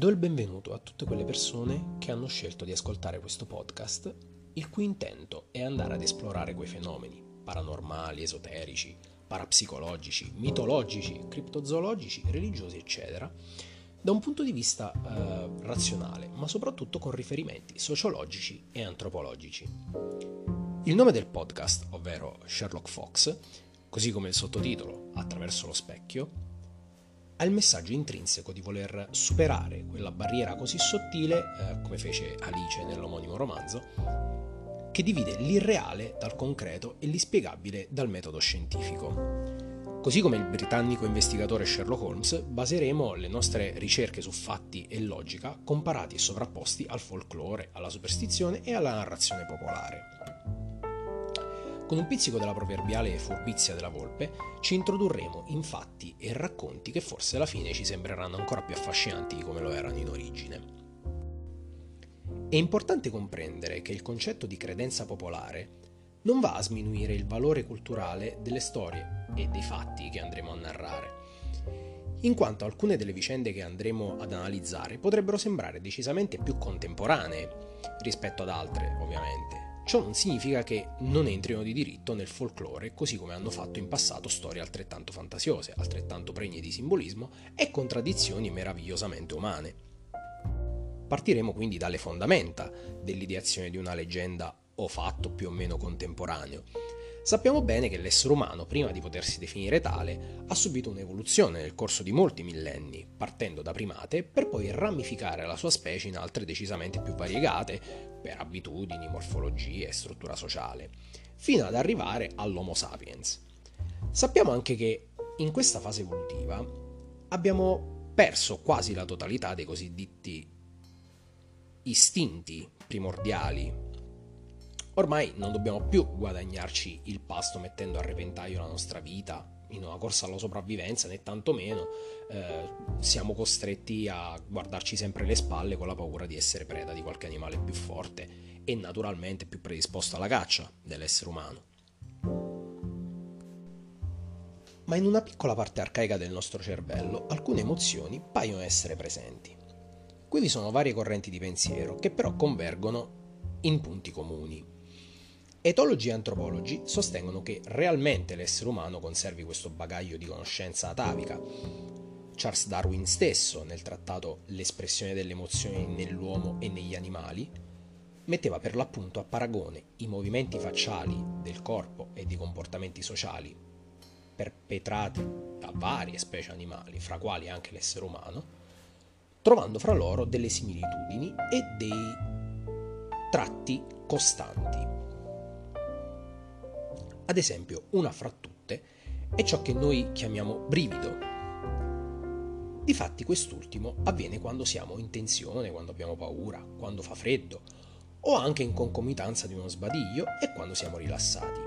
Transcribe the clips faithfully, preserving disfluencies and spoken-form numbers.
Do il benvenuto a tutte quelle persone che hanno scelto di ascoltare questo podcast, il cui intento è andare ad esplorare quei fenomeni paranormali, esoterici, parapsicologici, mitologici, criptozoologici, religiosi, eccetera, da un punto di vista eh, razionale, ma soprattutto con riferimenti sociologici e antropologici. Il nome del podcast, ovvero Sherlock Fox, così come il sottotitolo Attraverso lo specchio, ha il messaggio intrinseco di voler superare quella barriera così sottile, eh, come fece Alice nell'omonimo romanzo, che divide l'irreale dal concreto e l'inspiegabile dal metodo scientifico. Così come il britannico investigatore Sherlock Holmes, baseremo le nostre ricerche su fatti e logica comparati e sovrapposti al folklore, alla superstizione e alla narrazione popolare. Con un pizzico della proverbiale furbizia della volpe, ci introdurremo in fatti e racconti che forse alla fine ci sembreranno ancora più affascinanti di come lo erano in origine. È importante comprendere che il concetto di credenza popolare non va a sminuire il valore culturale delle storie e dei fatti che andremo a narrare, in quanto alcune delle vicende che andremo ad analizzare potrebbero sembrare decisamente più contemporanee rispetto ad altre, ovviamente. Ciò non significa che non entrino di diritto nel folklore, così come hanno fatto in passato storie altrettanto fantasiose, altrettanto pregne di simbolismo e contraddizioni meravigliosamente umane. Partiremo quindi dalle fondamenta dell'ideazione di una leggenda o fatto più o meno contemporaneo. Sappiamo bene che l'essere umano, prima di potersi definire tale, ha subito un'evoluzione nel corso di molti millenni, partendo da primate per poi ramificare la sua specie in altre decisamente più variegate, per abitudini, morfologie e struttura sociale, fino ad arrivare all'Homo sapiens. Sappiamo anche che in questa fase evolutiva abbiamo perso quasi la totalità dei cosiddetti istinti primordiali. Ormai non dobbiamo più guadagnarci il pasto mettendo a repentaglio la nostra vita in una corsa alla sopravvivenza, né tantomeno eh, siamo costretti a guardarci sempre le spalle con la paura di essere preda di qualche animale più forte e naturalmente più predisposto alla caccia dell'essere umano. Ma in una piccola parte arcaica del nostro cervello alcune emozioni paiono essere presenti. Qui vi sono varie correnti di pensiero che però convergono in punti comuni. Etologi e antropologi sostengono che realmente l'essere umano conservi questo bagaglio di conoscenza atavica. Charles Darwin stesso, nel trattato L'espressione delle emozioni nell'uomo e negli animali, metteva per l'appunto a paragone i movimenti facciali del corpo e dei comportamenti sociali perpetrati da varie specie animali, fra quali anche l'essere umano, trovando fra loro delle similitudini e dei tratti costanti. Ad esempio, una fra tutte è ciò che noi chiamiamo brivido. Difatti quest'ultimo avviene quando siamo in tensione, quando abbiamo paura, quando fa freddo, o anche in concomitanza di uno sbadiglio e quando siamo rilassati.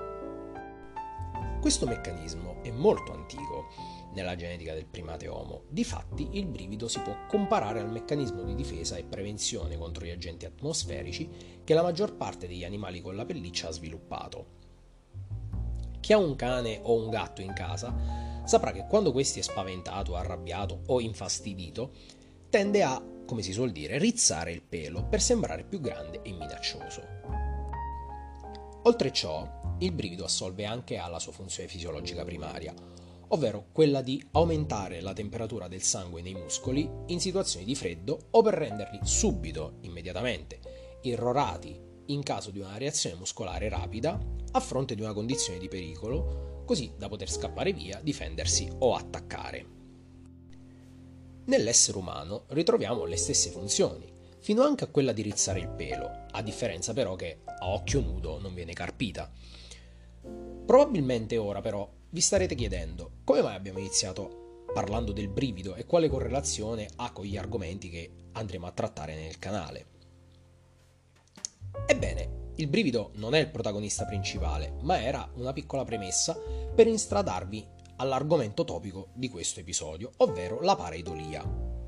Questo meccanismo è molto antico nella genetica del primate Homo. Difatti il brivido si può comparare al meccanismo di difesa e prevenzione contro gli agenti atmosferici che la maggior parte degli animali con la pelliccia ha sviluppato. Chi ha un cane o un gatto in casa saprà che quando questi è spaventato, arrabbiato o infastidito, tende a, come si suol dire, rizzare il pelo per sembrare più grande e minaccioso. Oltre ciò, il brivido assolve anche alla sua funzione fisiologica primaria, ovvero quella di aumentare la temperatura del sangue nei muscoli in situazioni di freddo o per renderli subito, immediatamente, irrorati in caso di una reazione muscolare rapida a fronte di una condizione di pericolo, così da poter scappare via, difendersi o attaccare. Nell'essere umano ritroviamo le stesse funzioni, fino anche a quella di rizzare il pelo, a differenza però che a occhio nudo non viene carpita. Probabilmente ora però vi starete chiedendo come mai abbiamo iniziato parlando del brivido e quale correlazione ha con gli argomenti che andremo a trattare nel canale. Ebbene, il brivido non è il protagonista principale, ma era una piccola premessa per instradarvi all'argomento topico di questo episodio, ovvero la pareidolia.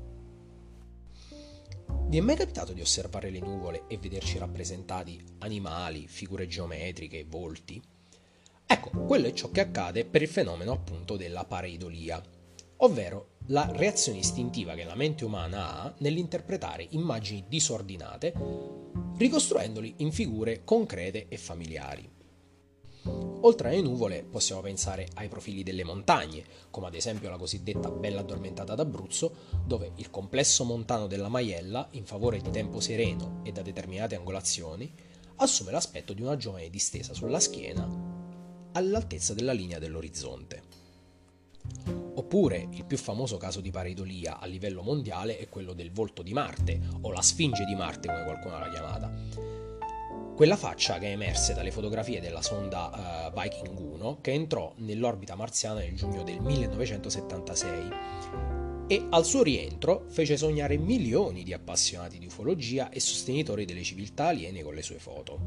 Vi è mai capitato di osservare le nuvole e vederci rappresentati animali, figure geometriche, volti? Ecco, quello è ciò che accade per il fenomeno appunto della pareidolia. ovvero la reazione istintiva che la mente umana ha nell'interpretare immagini disordinate, ricostruendoli in figure concrete e familiari. Oltre alle nuvole possiamo pensare ai profili delle montagne, come ad esempio la cosiddetta Bella Addormentata d'Abruzzo, dove il complesso montano della Maiella, in favore di tempo sereno e da determinate angolazioni, assume l'aspetto di una giovane distesa sulla schiena all'altezza della linea dell'orizzonte. Oppure il più famoso caso di pareidolia a livello mondiale è quello del volto di Marte, o la Sfinge di Marte come qualcuno l'ha chiamata. Quella faccia che emerse dalle fotografie della sonda uh, Viking uno, che entrò nell'orbita marziana nel giugno del millenovecentosettantasei e al suo rientro fece sognare milioni di appassionati di ufologia e sostenitori delle civiltà aliene con le sue foto,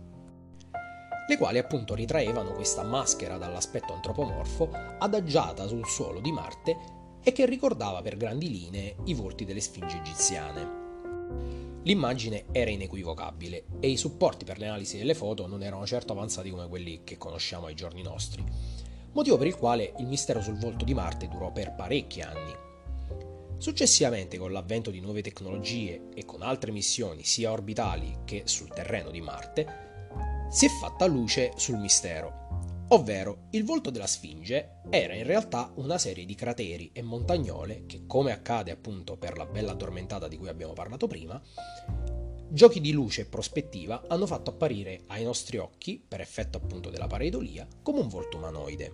le quali appunto ritraevano questa maschera dall'aspetto antropomorfo adagiata sul suolo di Marte e che ricordava per grandi linee i volti delle sfingi egiziane. L'immagine era inequivocabile e i supporti per l'analisi delle foto non erano certo avanzati come quelli che conosciamo ai giorni nostri, motivo per il quale il mistero sul volto di Marte durò per parecchi anni. Successivamente, con l'avvento di nuove tecnologie e con altre missioni sia orbitali che sul terreno di Marte, si è fatta luce sul mistero, ovvero il volto della Sfinge era in realtà una serie di crateri e montagnole che, come accade appunto per la Bella Addormentata di cui abbiamo parlato prima, giochi di luce e prospettiva hanno fatto apparire ai nostri occhi, per effetto appunto della pareidolia, come un volto umanoide.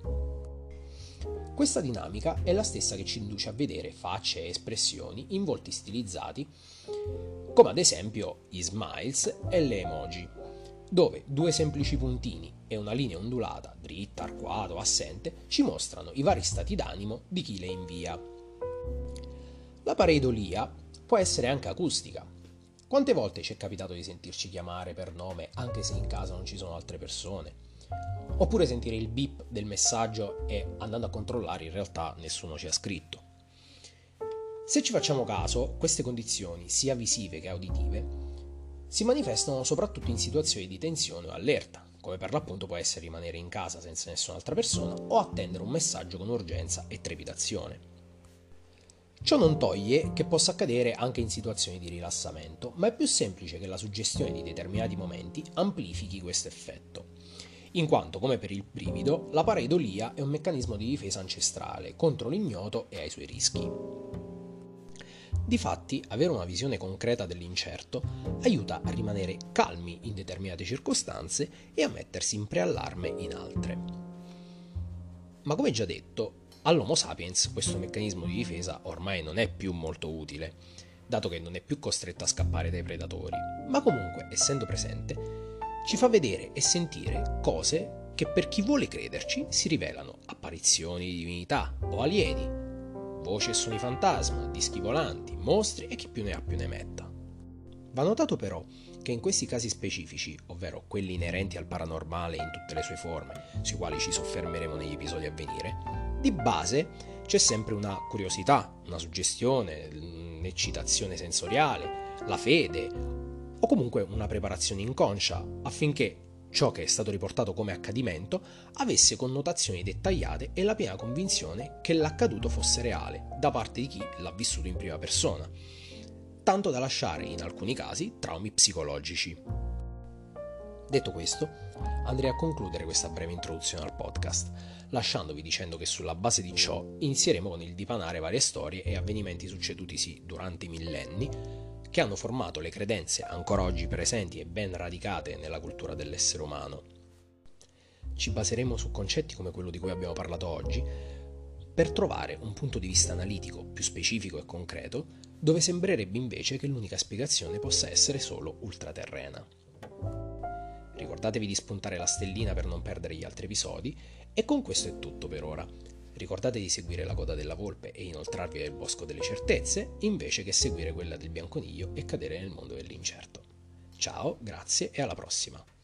Questa dinamica è la stessa che ci induce a vedere facce e espressioni in volti stilizzati, come ad esempio gli smiles e le emoji, dove due semplici puntini e una linea ondulata, dritta, arcuata o assente, ci mostrano i vari stati d'animo di chi le invia. La pareidolia può essere anche acustica. Quante volte ci è capitato di sentirci chiamare per nome anche se in casa non ci sono altre persone? Oppure sentire il beep del messaggio e, andando a controllare, in realtà nessuno ci ha scritto. Se ci facciamo caso, queste condizioni, sia visive che auditive, si manifestano soprattutto in situazioni di tensione o allerta, come per l'appunto può essere rimanere in casa senza nessun'altra persona o attendere un messaggio con urgenza e trepidazione. Ciò non toglie che possa accadere anche in situazioni di rilassamento, ma è più semplice che la suggestione di determinati momenti amplifichi questo effetto, in quanto, come per il brivido, la pareidolia è un meccanismo di difesa ancestrale contro l'ignoto e ai suoi rischi. Difatti, avere una visione concreta dell'incerto aiuta a rimanere calmi in determinate circostanze e a mettersi in preallarme in altre. Ma come già detto, all'Homo sapiens questo meccanismo di difesa ormai non è più molto utile, dato che non è più costretto a scappare dai predatori, ma comunque, essendo presente, ci fa vedere e sentire cose che per chi vuole crederci si rivelano apparizioni di divinità o alieni, voci e suoni fantasma, dischi volanti, mostri e chi più ne ha più ne metta. Va notato però che in questi casi specifici, ovvero quelli inerenti al paranormale in tutte le sue forme, sui quali ci soffermeremo negli episodi a venire, di base c'è sempre una curiosità, una suggestione, un'eccitazione sensoriale, la fede o comunque una preparazione inconscia affinché ciò che è stato riportato come accadimento avesse connotazioni dettagliate e la piena convinzione che l'accaduto fosse reale da parte di chi l'ha vissuto in prima persona, tanto da lasciare in alcuni casi traumi psicologici. Detto questo, andrei a concludere questa breve introduzione al podcast, lasciandovi dicendo che sulla base di ciò inizieremo con il dipanare varie storie e avvenimenti succedutisi durante i millenni che hanno formato le credenze ancora oggi presenti e ben radicate nella cultura dell'essere umano. Ci baseremo su concetti come quello di cui abbiamo parlato oggi per trovare un punto di vista analitico più specifico e concreto, dove sembrerebbe invece che l'unica spiegazione possa essere solo ultraterrena. Ricordatevi di spuntare la stellina per non perdere gli altri episodi e con questo è tutto per ora. Ricordate di seguire la coda della volpe e inoltrarvi nel bosco delle certezze, invece che seguire quella del bianconiglio e cadere nel mondo dell'incerto. Ciao, grazie e alla prossima!